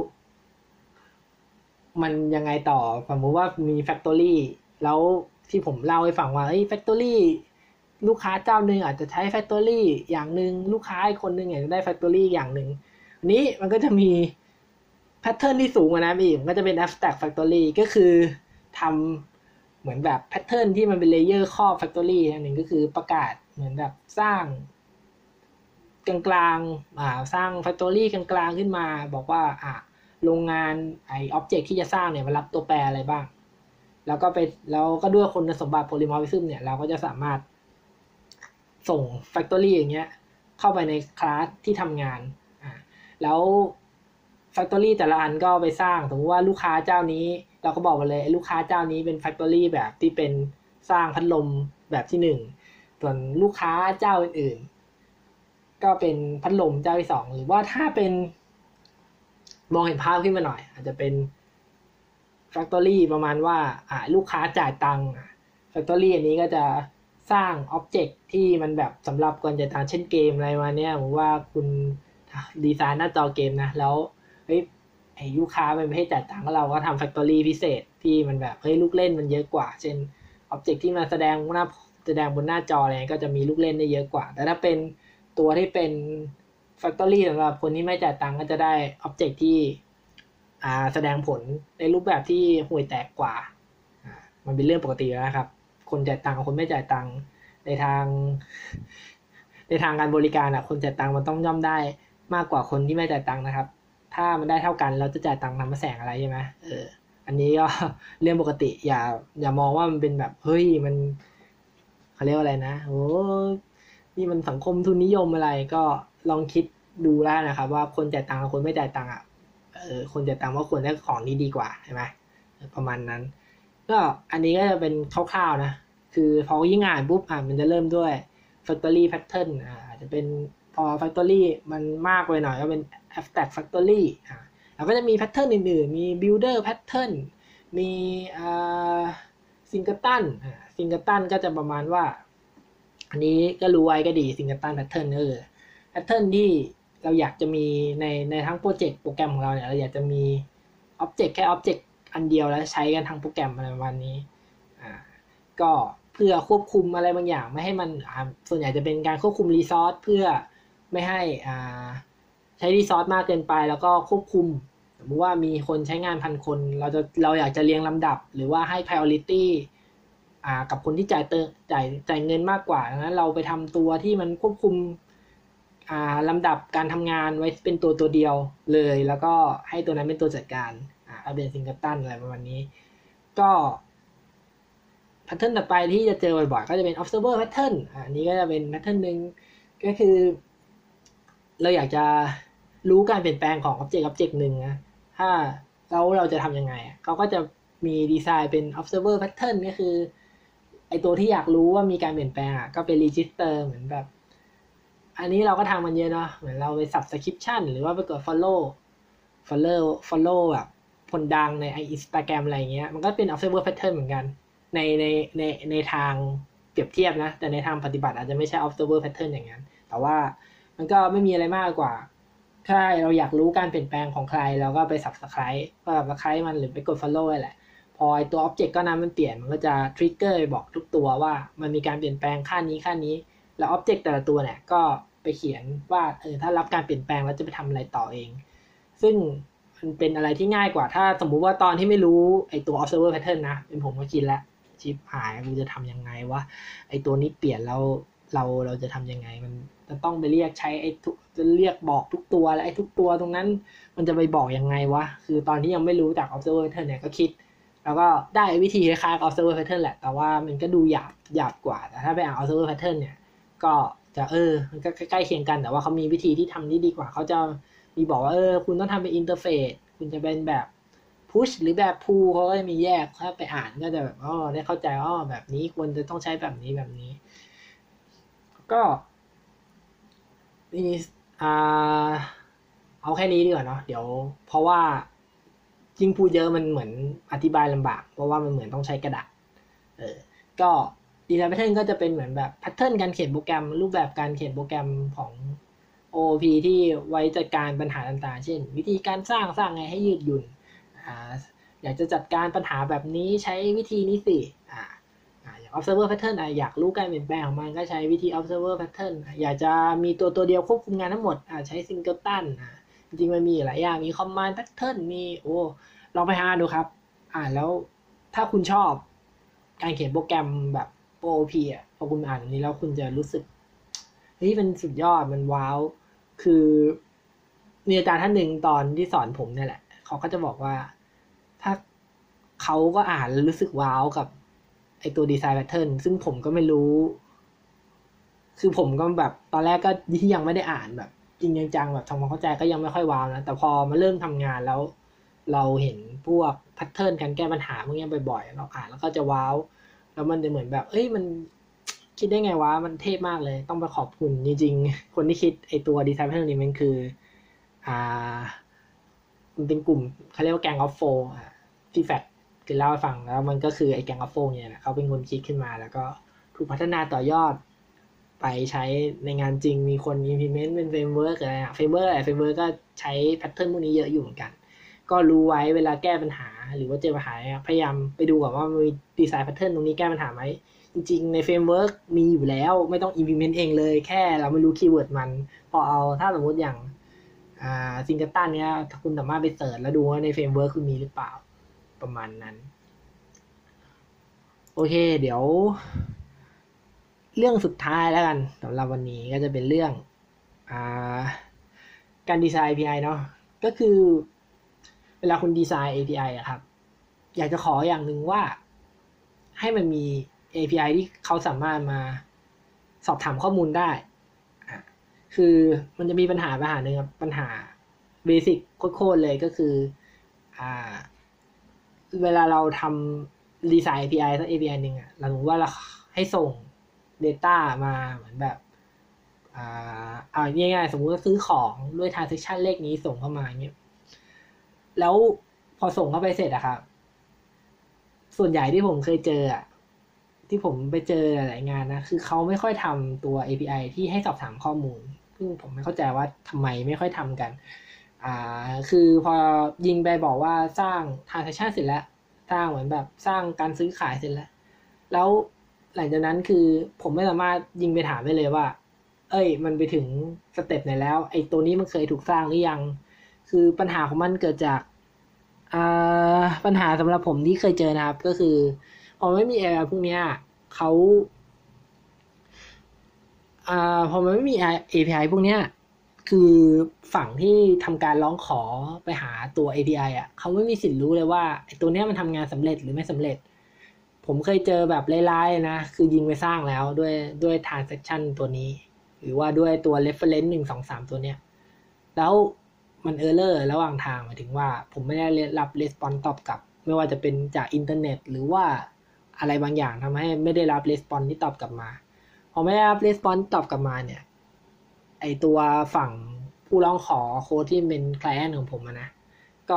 มันยังไงต่อสมมติว่ามี factory แล้วที่ผมเล่าให้ฟังว่าเอ้ย factory ลูกค้าเจ้าหนึ่งอาจจะใช้ factory อย่างหนึ่งลูกค้าอีกคนหนึ่งอยากจะได้ factory อย่างหนึ่งอันนี้มันก็จะมีแพทเทิร์นที่สูงกว่านั้นอีกมันก็จะเป็น abstract factory ก็คือทำเหมือนแบบแพทเทิร์นที่มันเป็นเลเยอร์ครอบ factory อันหนึ่งก็คือประกาศเหมือนแบบสร้างกลางๆอ่าสร้าง factory กลางๆขึ้นมาบอกว่าอ่าโรงงานไอ้ object ที่จะสร้างเนี่ยมันรับตัวแปรอะไรบ้างแล้วก็ไปแล้วก็ด้วยคุณสมบัติ polymorphism เนี่ยเราก็จะสามารถส่ง factory อย่างเงี้ยเข้าไปในคลาสที่ทำงานอ่าแล้ว factory แต่ละอันก็ไปสร้างสมมติว่าลูกค้าเจ้านี้เราก็บอกไปเลยลูกค้าเจ้านี้เป็น factory แบบที่เป็นสร้างพัดลมแบบที่หนึ่งส่วนลูกค้าเจ้าอื่นๆก็เป็นพัดลมเจ้าที่สองหรือว่าถ้าเป็นมองเห็นภาพขึ้นมาหน่อยอาจจะเป็น factory ประมาณว่าอ่าลูกค้าจ่ายตังค์ factory อันนี้ก็จะสร้าง object ที่มันแบบสำหรับการจ่ายตังค์เช่นเกมอะไรมาเนี้ยผมว่าคุณดีไซน์หน้าจอเกมนะแล้วเฮ้ยไอ้ลูกค้าเป็นประเภทจ่ายตังค์เราก็ทำ factory พิเศษที่มันแบบเฮ้ยลูกเล่นมันเยอะกว่าเช่น object ที่มาแสดงหน้าแสดงบนหน้าจออะไรก็จะมีลูกเล่นได้เยอะกว่าแต่ถ้าเป็นตัวที่เป็น factory สำหรับคนที่ไม่จ่ายตังค์ก็จะได้ object ที่อ่าแสดงผลในรูปแบบที่ห่วยแตกกว่าอ่ามันเป็นเรื่องปกติแล้วครับคนจ่ายตังค์กับคนไม่จ่ายตังค์ในทางในทางการบริการอ่ะคนจ่ายตังค์มันต้องย่อมได้มากกว่าคนที่ไม่จ่ายตังค์นะครับถ้ามันได้เท่ากันเราจะจ่ายตังค์ทำมาแสงอะไรใช่ไหมเอออันนี้ก็เรื่องปกติอย่าอย่ามองว่ามันเป็นแบบเฮ้ยมันเขาเรียกว่าอะไรนะโอ้นี่มันสังคมทุนนิยมอะไรก็ลองคิดดูแล้วนะครับว่าคนจ่ายตังค์กับคนไม่จ่ายตังค์อ่ะเออคนจ่ายตังค์ว่าควรได้ของที่ดีกว่าใช่ไหมประมาณนั้นก็อันนี้ก็จะเป็นคร่าวๆนะคือพอยิ่งอ่านปุ๊บอ่านมันจะเริ่มด้วย factory pattern อ่าอาจจะเป็นพอ factory มันมากไปหน่อยก็เป็น abstract factory อ่าแล้วก็จะมี pattern อื่นๆมี builder pattern มีอ่า singleton อ่า singleton ก็จะประมาณว่าอันนี้ก็รู้ไว้ก็ดี singleton pattern ก็คือ pattern ที่เราอยากจะมีในในทั้งโปรเจกต์โปรแกรมของเราเนี่ยเราอยากจะมี object แค่ object อันเดียวแล้วใช้กันทั้งโปรแกรมอะไรประมาณนี้อ่าก็เพื่อควบคุมอะไรบางอย่างไม่ให้มันส่วนใหญ่จะเป็นการควบคุมรีซอสเพื่อไม่ให้อ่าใช้รีซอสมากเกินไปแล้วก็ควบคุมสมมติว่ามีคนใช้งานพันคนเราจะเราอยากจะเรียงลำดับหรือว่าให้ priority อ่ากับคนที่จ่ายเติมจ่ายจ่ายเงินมากกว่าดังนั้นเราไปทำตัวที่มันควบคุมอ่าลำดับการทำงานไว้เป็นตัวตัวเดียวเลยแล้วก็ให้ตัวนั้นเป็นตัวจัดการอ่าเป็นซิงเกิลตันอะไรประมาณนี้ก็แพทเทิร์นต่อไปที่จะเจอบ่อยๆก็จะเป็น observer pattern อันนี้ก็จะเป็นแพทเทิร์นหนึ่งก็คือเราอยากจะรู้การเปลี่ยนแปลงของ object object หนึ่งนะถ้าเราเราจะทำยังไงเขาก็จะมีดีไซน์เป็น observer pattern ก็คือไอตัวที่อยากรู้ว่ามีการเปลี่ยนแปลงอ่ะก็ไป register เหมือนแบบอันนี้เราก็ทำมันเยอะเนาะเหมือนเราไป subscription หรือว่าไปกด follow follow follow แบบคนดังใน Instagram อะไรเงี้ยมันก็เป็น observer pattern เหมือนกันในในในในทางเปรียบเทียบนะแต่ในทางปฏิบัติอาจจะไม่ใช่ observer pattern อย่างนั้นแต่ว่ามันก็ไม่มีอะไรมากกว่าถ้าเราอยากรู้การเปลี่ยนแปลงของใครเราก็ไป subscribe ก็ subscribe มันหรือไปกด follow แหละพอตัว object ก็นั้นมันเปลี่ยนมันก็จะ trigger บอกทุกตัวว่ามันมีการเปลี่ยนแปลงค่านี้ค่านี้แล้ว object แต่ละตัวเนี่ยก็ไปเขียนว่าเออถ้ารับการเปลี่ยนแปลงแล้วจะไปทำอะไรต่อเองซึ่งมันเป็นอะไรที่ง่ายกว่าถ้าสมมุติว่าตอนที่ไม่รู้ไอตัว observer pattern นะเป็นผมก็คิดแล้วชิปหายกูจะทำยังไงวะไอตัวนี้เปลี่ยนแล้วเราเราจะทำยังไงมันจะต้องไปเรียกใช้ไอ้ทุกจะเรียกบอกทุกตัวแล้วไอ้ทุกตัวตรงนั้นมันจะไปบอกยังไงวะคือตอนที่ยังไม่รู้จาก observer pattern เนี่ยก็คิดแล้วก็ได้วิธีคล้ายๆ observer pattern แหละแต่ว่ามันก็ดูหยาบหยาบกว่าแต่ถ้าไปอ่าน observer pattern เนี่ยก็จะเออมันก็ใกล้ๆเคียงกันแต่ว่าเขามีวิธีที่ทำที่ดีกว่าเขาจะมีบอกว่าเออคุณต้องทำเป็นอินเทอร์เฟซคุณจะเป็นแบบ push หรือแบบ pull เขาก็จะมีแยกถ้าไปอ่านก็จะแบบอ๋อได้เข้าใจอ๋อแบบนี้ควรจะต้องใช้แบบนี้แบบนี้ก็นี่อ่าเอาแค่นี้ดีกว่าเนาะเดี๋ยวเพราะว่ายิ่งพูดเยอะมันเหมือนอธิบายลำบากเพราะว่ามันเหมือนต้องใช้กระดาษเออก็ดีไซน์แพทเทิร์นก็จะเป็นเหมือนแบบแพทเทิร์นการเขียนโปรแกรมรูปแบบการเขียนโปรแกรมของ โอ โอ พี ที่ไว้จัดการปัญหาต่างๆเช่นวิธีการสร้างสร้างไงให้ยืดหยุ่นอ่าอยากจะจัดการปัญหาแบบนี้ใช้วิธีนี้สิอ่าอย่าง observer pattern อ่ะอยากรู้การเปลี่ยนแปลงของมันก็ใช้วิธี observer pattern อยากจะมีตัวตัวเดียวควบคุมงานทั้งหมดอ่าใช้ singleton อ่าจริงๆมันมีหลายอย่างมี command pattern มีโอ้ลองไปหาดูครับอ่านแล้วถ้าคุณชอบการเขียนโปรแกรมแบบ โอ โอ พี อ่ะพอคุณอ่านอันนี้แล้วคุณจะรู้สึกเฮ้ยมันสุดยอดมันว้าวคือมีอาจารย์ท่านหนึ่งตอนที่สอนผมเนี่ยแหละเขาก็จะบอกว่าถ้าเขาก็อ่านแล้วรู้สึกว้าวกับไอตัวดีไซน์แพทเทิร์นซึ่งผมก็ไม่รู้คือผมก็แบบตอนแรกก็ที่ยังไม่ได้อ่านแบบจริงจังแบบทำความเข้าใจก็ยังไม่ค่อยว้าวนะแต่พอมาเริ่มทำงานแล้วเราเห็นพวกแพทเทิร์นการแก้ปัญหาพวกนี้บ่อยๆเราอ่านแล้วก็จะว้าวแล้วมันจะเหมือนแบบเอ้ยมันคิดได้ไงวะมันเทพมากเลยต้องไปขอบคุณจริงๆคนที่คิดไอตัวดีไซน์แพทเทิร์นนี้มันคืออ่ามันเป็นกลุ่มเขาเรียกว่าแกงออฟโฟที่แฟกคือเล่าให้ฟังแล้วมันก็คือไอแกงออฟโฟเนี่ยแหละเขาเป็นคนคิดขึ้นมาแล้วก็ถูกพัฒนาต่อยอดไปใช้ในงานจริงมีคน implement เป็นเฟรมเวิร์กอะไรอะเฟรมเวิร์กอะไรเฟรมเวิร์กก็ใช้แพทเทิร์นพวกนี้เยอะอยู่เหมือนกันก็รู้ไว้เวลาแก้ปัญหาหรือว่าเจอปัญหาพยายามไปดูก่อนว่ามีดีไซน์แพทเทิร์นตรงนี้แก้ปัญหาไหมจริงๆในเฟรมเวิร์กมีอยู่แล้วไม่ต้อง implement เองเลยแค่เราไม่รู้คีย์เวิร์ดมันพอเอาถ้าสมมติอย่างอ่าซิงเกิลตันเนี้ยคุณสามารถไปเสิร์ชแล้วดูว่าในเฟรมเวิร์กคุณมีหรือเปล่าประมาณนั้นโอเคเดี๋ยวเรื่องสุดท้ายแล้วกันสำหรับวันนี้ก็จะเป็นเรื่องอ่าการดีไซน์ เอ พี ไอ เนาะก็คือเวลาคุณดีไซน์ เอ พี ไอ อะครับอยากจะขออย่างหนึ่งว่าให้มันมี เอ พี ไอ ที่เขาสามารถมาสอบถามข้อมูลได้คือมันจะมีปัญหาปัญหาหนึ่งครับปัญหาเบสิกโคตรเลยก็คืออ่าเวลาเราทำดีไซน์ เอ พี ไอ สัก เอ พี ไอ หนึ่งอะเราถือว่าเราให้ส่ง Data มาเหมือนแบบอ่าเอาง่ายๆสมมุติว่าซื้อของด้วย transaction เลขนี้ส่งเข้ามาเงี้ยแล้วพอส่งเข้าไปเสร็จอะครับส่วนใหญ่ที่ผมเคยเจออะที่ผมไปเจอหลายงานนะคือเขาไม่ค่อยทำตัว เอ พี ไอ ที่ให้สอบถามข้อมูลซึ่งผมไม่เข้าใจว่าทำไมไม่ค่อยทำกันอ่าคือพอยิงไปบอกว่าสร้าง transaction เสร็จแล้วสร้างเหมือนแบบสร้างการซื้อขายเสร็จแล้วแล้วหลังจากนั้นคือผมไม่สามารถยิงไปถามได้เลยว่าเอ้ยมันไปถึงสเต็ปไหนแล้วไอ้ตัวนี้มันเคยถูกสร้างหรือยังคือปัญหาของมันเกิดจากอ่าปัญหาสำหรับผมที่เคยเจอนะครับก็คือพอไม่มีอะไรพวกนี้เขาอ่าพอมันไม่มี เอ พี ไอ พวกนี้คือฝั่งที่ทำการร้องขอไปหาตัว เอ พี ไอ อ่ะเขาไม่มีสิทธิ์รู้เลยว่าไอ้ตัวนี้มันทำงานสำเร็จหรือไม่สำเร็จผมเคยเจอแบบร้ายๆนะคือยิงไปสร้างแล้วด้วยด้วย transaction ตัวนี้หรือว่าด้วยตัว reference หนึ่ง สอง สามตัวเนี้ยแล้วมัน error ระหว่างทางหมายถึงว่าผมไม่ได้รับ response ตอบกลับไม่ว่าจะเป็นจากอินเทอร์เน็ตหรือว่าอะไรบางอย่างทำให้ไม่ได้รับ response ที่ตอบกลับมาพอไม่ได้รับ response ตอบกลับมาเนี่ยไอตัวฝั่งผู้ร้องขอโค้ดที่เป็น client ของผมนะก็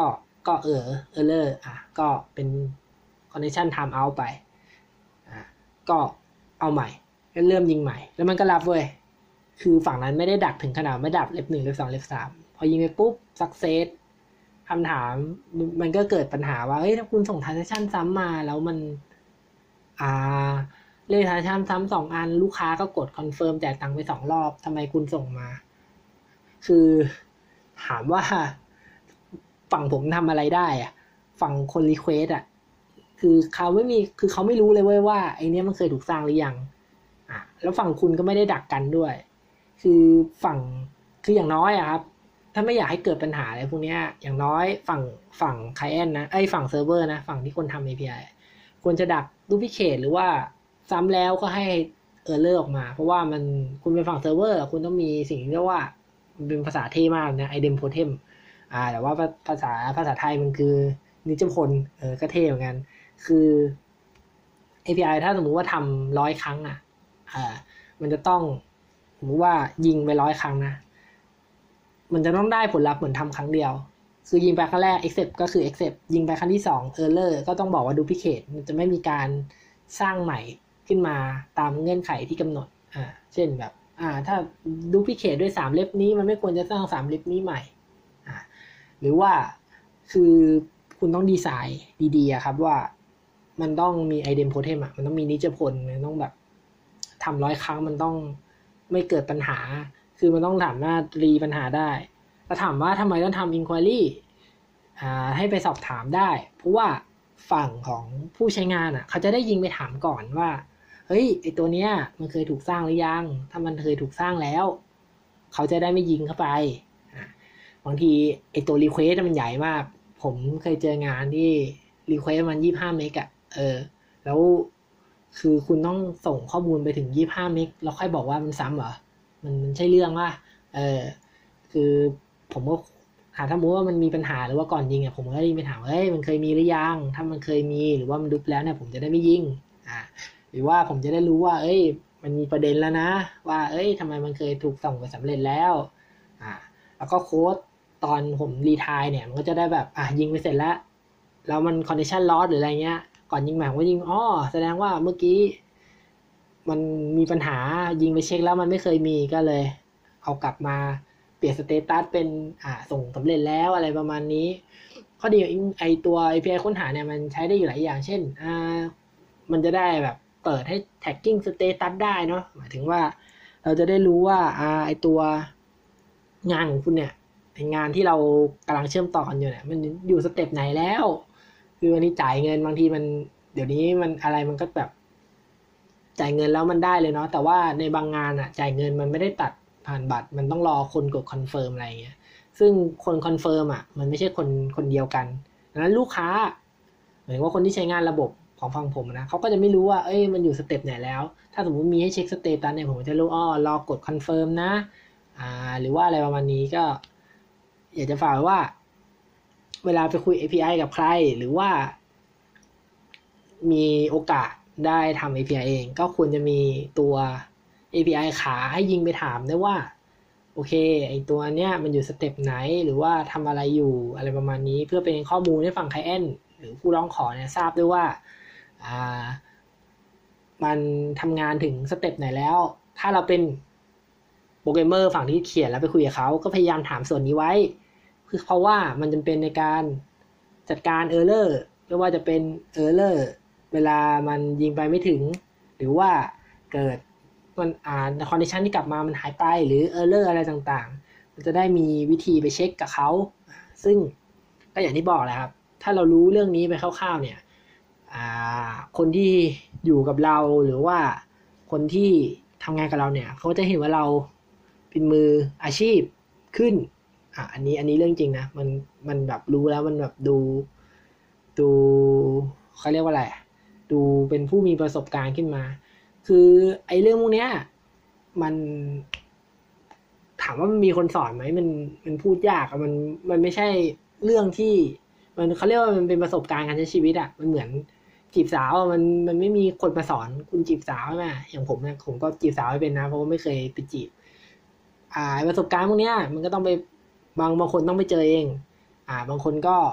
ก็เออเออเลอร์อ่ะก็เป็น connection time out ไปอ่ะก็เอาใหม่ก็เริ่มยิงใหม่แล้วมันก็รับเว้ยคือฝั่งนั้นไม่ได้ดักถึงขนาดไม่ดับเล็บหนึ่งเล็บสองเล็บสามพอยิงไปปุ๊บ success คำถามมันก็เกิดปัญหาว่าเฮ้ยถ้าคุณส่ง transaction ซ้ำมาแล้วมันอ่าเลข transaction ซ้ำสองอันลูกค้าก็กด confirm จ่ายตังค์ไปสองรอบทำไมคุณส่งมาคือถามว่าฝั่งผมทำอะไรได้อะฝั่งคน request อ่ะคือเขาไม่มีคือเขาไม่รู้เลยเว้ยว่าไอเนี้ยมันเคยถูกสร้างหรือยังอ่ะแล้วฝั่งคุณก็ไม่ได้ดักกันด้วยคือฝั่งคืออย่างน้อยอะครับถ้าไม่อยากให้เกิดปัญหาอะไรพวกนี้อย่างน้อยฝั่งฝั่ง client นะไอ้ฝั่งเซิร์ฟเวอร์นะฝั่งที่คนทำ เอ พี ไอ ควรจะดัก duplicate หรือว่าซ้ำแล้วก็ให้ error ออกมาเพราะว่ามันคุณเป็นฝั่งเซิร์ฟเวอร์คุณต้องมีสิ่งที่เรียกว่ามันเป็นภาษาเท่มากนะ idempotem อ่าแต่ว่าภาษาภาษาไทยมันคือนิจพลเออก็เท่เหมือนกันคือ เอ พี ไอ ถ้าสมมุติว่าทำร้อยครั้งอ่ะอ่ามันจะต้องสมมติว่ายิงไปร้อยครั้งนะมันจะต้องได้ผลลัพธ์เหมือนทำครั้งเดียวคือยิงไปครั้งแรก accept ก็คือ accept ยิงไปครั้งที่สอง error ก็ต้องบอกว่า duplicate มันจะไม่มีการสร้างใหม่ขึ้นมาตามเงื่อนไขที่กำหนดอ่าเช่นแบบอ่าถ้า duplicate ด้วยสามเล็บนี้มันไม่ควรจะสร้างสามเล็บนี้ใหม่อ่าหรือว่าคือคุณต้องดีไซน์ดีๆครับว่ามันต้องมี idempotem อ่ะมันต้องมีนิจพลมันต้องแบบทำร้อยครั้งมันต้องไม่เกิดปัญหาคือมันต้องสามารถรีปัญหาได้แล้วถามว่าทำไมต้องทำ inquiry อ่าให้ไปสอบถามได้เพราะว่าฝั่งของผู้ใช้งานอ่ะเขาจะได้ยิงไปถามก่อนว่าเฮ้ยไอตัวเนี้ยมันเคยถูกสร้างหรือยังถ้ามันเคยถูกสร้างแล้วเขาจะได้ไม่ยิงเข้าไปบางทีไอตัว request มันใหญ่มากผมเคยเจองานที่ request มันยี่สิบห้าเมกะเออแล้วคือคุณต้องส่งข้อมูลไปถึงยี่สิบห้าเมกแล้วค่อยบอกว่ามันซ้ำเหรอมันมันใช่เรื่องว่าเออคือผมก็หาถ้ามูว่ามันมีปัญหาหรือว่าก่อนยิงอ่ะผมก็ยิงไปถามเฮ้ยมันเคยมีหรือยังถ้ามันเคยมีหรือว่ามันดุบแล้วเนี่ยผมจะได้ไม่ยิงอ่าหรือว่าผมจะได้รู้ว่าเอ้ยมันมีประเด็นแล้วนะว่าเอ้ยทำไมมันเคยถูกส่งไปสำเร็จแล้วอ่าแล้วก็โค้ดตอนผมรีไทร์เนี่ยมันก็จะได้แบบอ่ะยิงไปเสร็จแล้วแล้วมันคอนดิชันลอสหรืออะไรเงี้ยก่อนยิงใหม่ผมก็ยิงอ๋อแสดงว่าเมื่อกี้มันมีปัญหายิงไปเช็คแล้วมันไม่เคยมีก็เลยเอากลับมาเปลี่ยนสเตตัสเป็นอ่าส่งสำเร็จแล้วอะไรประมาณนี้ข้อดีของไอตัว เอ พี ไอ ค้นหาเนี่ยมันใช้ได้อยู่หลายอย่างเช่นอ่ามันจะได้แบบเปิดให้ tagging status ได้เนาะหมายถึงว่าเราจะได้รู้ว่าอ่าไอตัวงานของคุณเนี่ยงานที่เรากำลังเชื่อมต่อกันอยู่เนี่ยมันอยู่สเต็ปไหนแล้วคือวันนี้จ่ายเงินบางทีมันเดี๋ยวนี้มันอะไรมันก็แบบจ่ายเงินแล้วมันได้เลยเนาะแต่ว่าในบางงานอะจ่ายเงินมันไม่ได้ตัดผ่านบัตรมันต้องรอคนกดคอนเฟิร์มอะไรเงี้ยซึ่งคนคอนเฟิร์มอะมันไม่ใช่คนคนเดียวกันดังนั้นลูกค้าหมายถึงว่าคนที่ใช้งานระบบของฝั่งผมนะเขาก็จะไม่รู้ว่าเอ้ยมันอยู่สเต็ปไหนแล้วถ้าสมมติมีให้เช็คสเตตัสเนี่ยผมจะรู้อ้อรอกดคอนเฟิร์มนะอ่าหรือว่าอะไรประมาณนี้ก็อยากจะฝากว่าเวลาไปคุย เอ พี ไอ กับใครหรือว่ามีโอกาสได้ทำ เอ พี ไอ เองก็ควรจะมีตัว เอ พี ไอ ขาให้ยิงไปถามได้ว่าโอเคไอตัวเนี้ยมันอยู่สเต็ปไหนหรือว่าทำอะไรอยู่อะไรประมาณนี้เพื่อเป็นข้อมูลให้ฝั่ง client หรือผู้ร้องขอเนี่ยทราบด้วยว่าอ่ามันทำงานถึงสเต็ปไหนแล้วถ้าเราเป็นโปรแกรมเมอร์ฝั่งที่เขียนแล้วไปคุยกับเขาก็พยายามถามส่วนนี้ไว้คือเพราะว่ามันจำเป็นในการจัดการ error ไม่ว่าจะเป็น error เวลามันยิงไปไม่ถึงหรือว่าเกิดมันอ่าคอนดิชันที่กลับมามันหายไปหรือ error อะไรต่างๆมันจะได้มีวิธีไปเช็คกับเขาซึ่งก็อย่างที่บอกแหละครับถ้าเรารู้เรื่องนี้ไปคร่าวๆเนี่ยคนที่อยู่กับเราหรือว่าคนที่ทำงานกับเราเนี่ยเขาจะเห็นว่าเราเป็นมืออาชีพขึ้นอ่ะอันนี้อันนี้เรื่องจริงนะมันมันแบบรู้แล้วมันแบบดูดูเขาเรียกว่าอะไรดูเป็นผู้มีประสบการณ์ขึ้นมาคือไอ้เรื่องพวกเนี้ยมันถามว่ามันมีคนสอนไหมมันมันพูดยากมันมันไม่ใช่เรื่องที่มันเขาเรียกว่ามันเป็นประสบการณ์การใช้ชีวิตอ่ะมันเหมือนจีบสาวมันมันไม่มีคนมาสอนคุณจีบสาวใช่ไหมอย่างผมเนี่ยผมก็จีบสาวไม่เป็นนะเพราะว่าไม่เคยไปจีบอ่าประสบการณ์พวกเนี้ยมันก็ต้องไปบางบางคนต้องไปเจอเองอ่าบางคนก็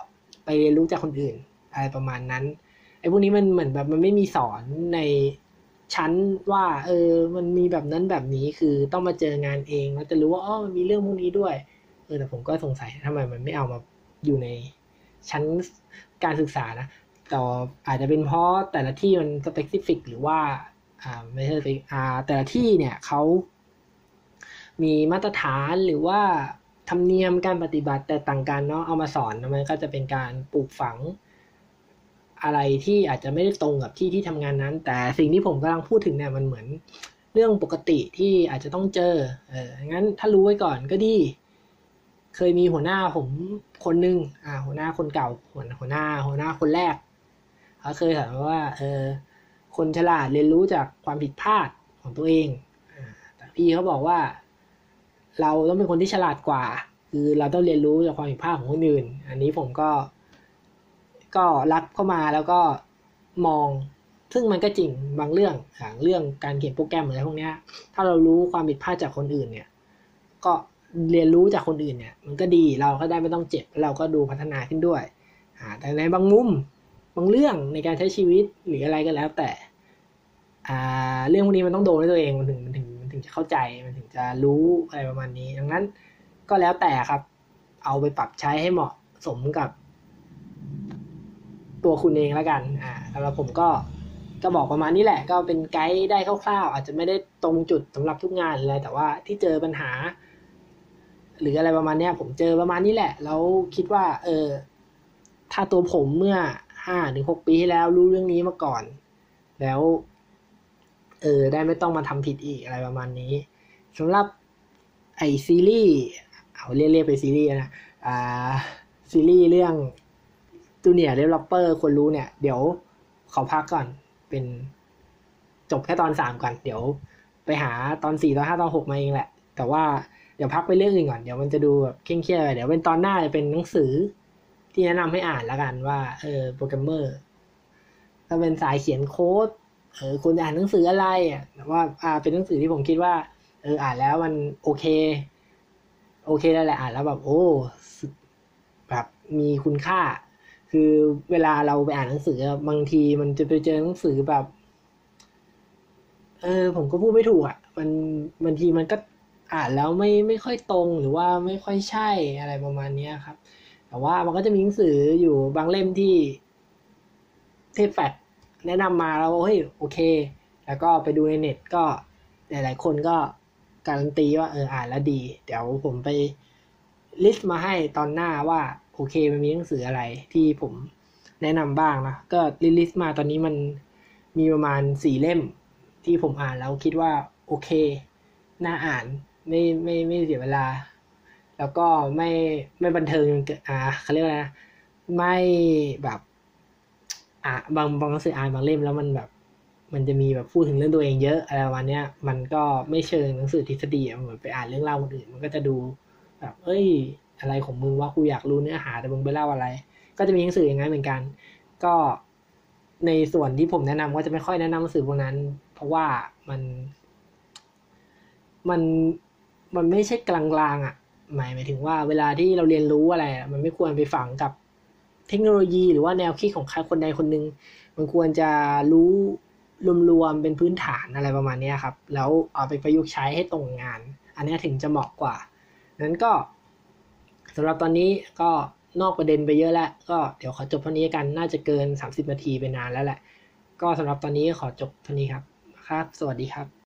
ไปเรียนรู้จากคนอื่นอะไรประมาณนั้นไอ้พวกนี้มันเหมือนแบบมันไม่มีสอนในชั้นว่าเออมันมีแบบนั้นแบบนี้คือต้องมาเจองานเองแล้วจะรู้ว่าอ๋อมันมีเรื่องพวกนี้ด้วยเออแต่ผมก็สงสัยทำไมมันไม่เอามาอยู่ในชั้นการศึกษานะแต่อาจจะเป็นเพราะแต่ละที่มันสเปซิฟิกหรือว่าอ่าไม่ใช่อ่าแต่ละที่เนี่ยเขามีมาตรฐานหรือว่าธรรมเนียมการปฏิบัติแต่ต่างกันเนาะเอามาสอนมันก็จะเป็นการปลูกฝังอะไรที่อาจจะไม่ได้ตรงกับที่ที่ทำงานนั้นแต่สิ่งที่ผมกำลังพูดถึงเนี่ยมันเหมือนเรื่องปกติที่อาจจะต้องเจอเอองั้นถ้ารู้ไว้ก่อนก็ดีเคยมีหัวหน้าผมคนนึงอ่าหัวหน้าคนเก่าหัวหัวหน้าหัวหน้าคนแรกเขาเคยถามว่าเออคนฉลาดเรียนรู้จากความผิดพลาดของตัวเองอ่าแต่พี่เขาบอกว่าเราต้องเป็นคนที่ฉลาดกว่าคือเราต้องเรียนรู้จากความผิดพลาดของคนอื่นอันนี้ผมก็ก็รับเข้ามาแล้วก็มองซึ่งมันก็จริงบางเรื่องอย่างเรื่องการเขียนโปรแกรมอะไรพวกนี้ถ้าเรารู้ความผิดพลาดจากคนอื่นเนี่ยก็เรียนรู้จากคนอื่นเนี่ยมันก็ดีเราก็ได้ไม่ต้องเจ็บเราก็ดูพัฒนาขึ้นด้วยแต่ในบางมุมบางเรื่องในการใช้ชีวิตหรืออะไรก็แล้วแต่เรื่องพวกนี้มันต้องโดนด้วยตัวเองมันถึงมันถึงมันถึงจะเข้าใจมันถึงจะรู้อะไรประมาณนี้ดังนั้นก็แล้วแต่ครับเอาไปปรับใช้ให้เหมาะสมกับตัวคุณเองแล้วกันอ่าแล้วผมก็ก็บอกประมาณนี้แหละก็เป็นไกด์ได้คร่าวๆอาจจะไม่ได้ตรงจุดสำหรับทุกงานเลยแต่ว่าที่เจอปัญหาหรืออะไรประมาณนี้ผมเจอประมาณนี้แหละแล้วคิดว่าเออถ้าตัวผมเมื่อห้าถึงหกปีที่แล้วรู้เรื่องนี้มาก่อนแล้วเออได้ไม่ต้องมาทำผิดอีกอะไรประมาณนี้สำหรับไอซีรีส์เอาเรียกเรียกไปซีรีส์นะอ่าซีรีส์เรื่องจูเนียร์เดเวลลอปเปอร์คนรู้เนี่ยเดี๋ยวขอพักก่อนเป็นจบแค่ตอนสามก่อนเดี๋ยวไปหาตอนสี่ตอนห้าตอนหกมาเองแหละแต่ว่าเดี๋ยวพักไปเรื่องอื่นก่อนเดี๋ยวมันจะดูแบบเคร่งเครียดไปเดี๋ยวเป็นตอนหน้าจะเป็นหนังสือที่แนะนำให้อ่านแล้วกันว่าเออโปรแกรมเมอร์ถ้าเป็นสายเขียนโค้ดเออคุณอ่านหนังสืออะไรอ่ะแต่ว่าอ่าเป็นหนังสือที่ผมคิดว่าเอออ่านแล้วมันโอเคโอเคแล้วแหละอ่านแล้วแบบโอ้แบบมีคุณค่าคือเวลาเราไปอ่านหนังสือบางทีมันจะไปเจอหนังสือแบบเออผมก็พูดไม่ถูกอ่ะมันบางทีมันก็อ่านแล้วไม่ไม่ค่อยตรงหรือว่าไม่ค่อยใช่อะไรประมาณนี้ครับแต่ว่ามันก็จะมีหนังสืออยู่บางเล่มที่เทพแฟดแนะนำมาแล้วเฮ้ยโอเคแล้วก็ไปดูในเน็ตก็หลายๆคนก็การันตีว่าเอออ่านแล้วดีเดี๋ยวผมไปลิสต์มาให้ตอนหน้าว่าโอเคมันมีหนังสืออะไรที่ผมแนะนำบ้างนะก็ลิสต์มาตอนนี้มันมีประมาณสี่เล่มที่ผมอ่านแล้วคิดว่าโอเคน่าอ่านไม่ไม่ไม่เสียเวลาแล้วก็ไม่ไม่บันเทิงจนเกินอ่าเขาเรียกว่านะไม่แบบอ่ะบางบางหนังสืออ่านบางเล่มแล้วมันแบบมันจะมีแบบพูดถึงเรื่องตัวเองเยอะอะไรประมาณเนี้ยมันก็ไม่เชิงหนังสือทฤษฎีเหมือนไปอ่านเรื่องเล่าคนอื่นมันก็จะดูแบบเอ้ยอะไรของมึงว่ากูอยากรู้เนื้อหาแต่มึงไปเล่าอะไรก็จะมีหนังสืออย่างนั้นเหมือนกันก็ในส่วนที่ผมแนะนำก็จะไม่ค่อยแนะนำหนังสือพวกนั้นเพราะว่ามันมันมันไม่ใช่กลางๆอ่ะหมายหมายถึงว่าเวลาที่เราเรียนรู้อะไรมันไม่ควรไปฝังกับเทคโนโลยีหรือว่าแนวคิดของใครคนใดคนหนึ่งมันควรจะรู้รวมๆเป็นพื้นฐานอะไรประมาณนี้ครับแล้วเอาไปประยุกต์ใช้ให้ตรงงานอันนี้ถึงจะเหมาะกว่านั้นก็สำหรับตอนนี้ก็นอกประเด็นไปเยอะแล้วก็เดี๋ยวขอจบเท่านี้กันน่าจะเกินสามสิบนาทีไปนานแล้วแหละก็สำหรับตอนนี้ขอจบเท่านี้ครับครับสวัสดีครับ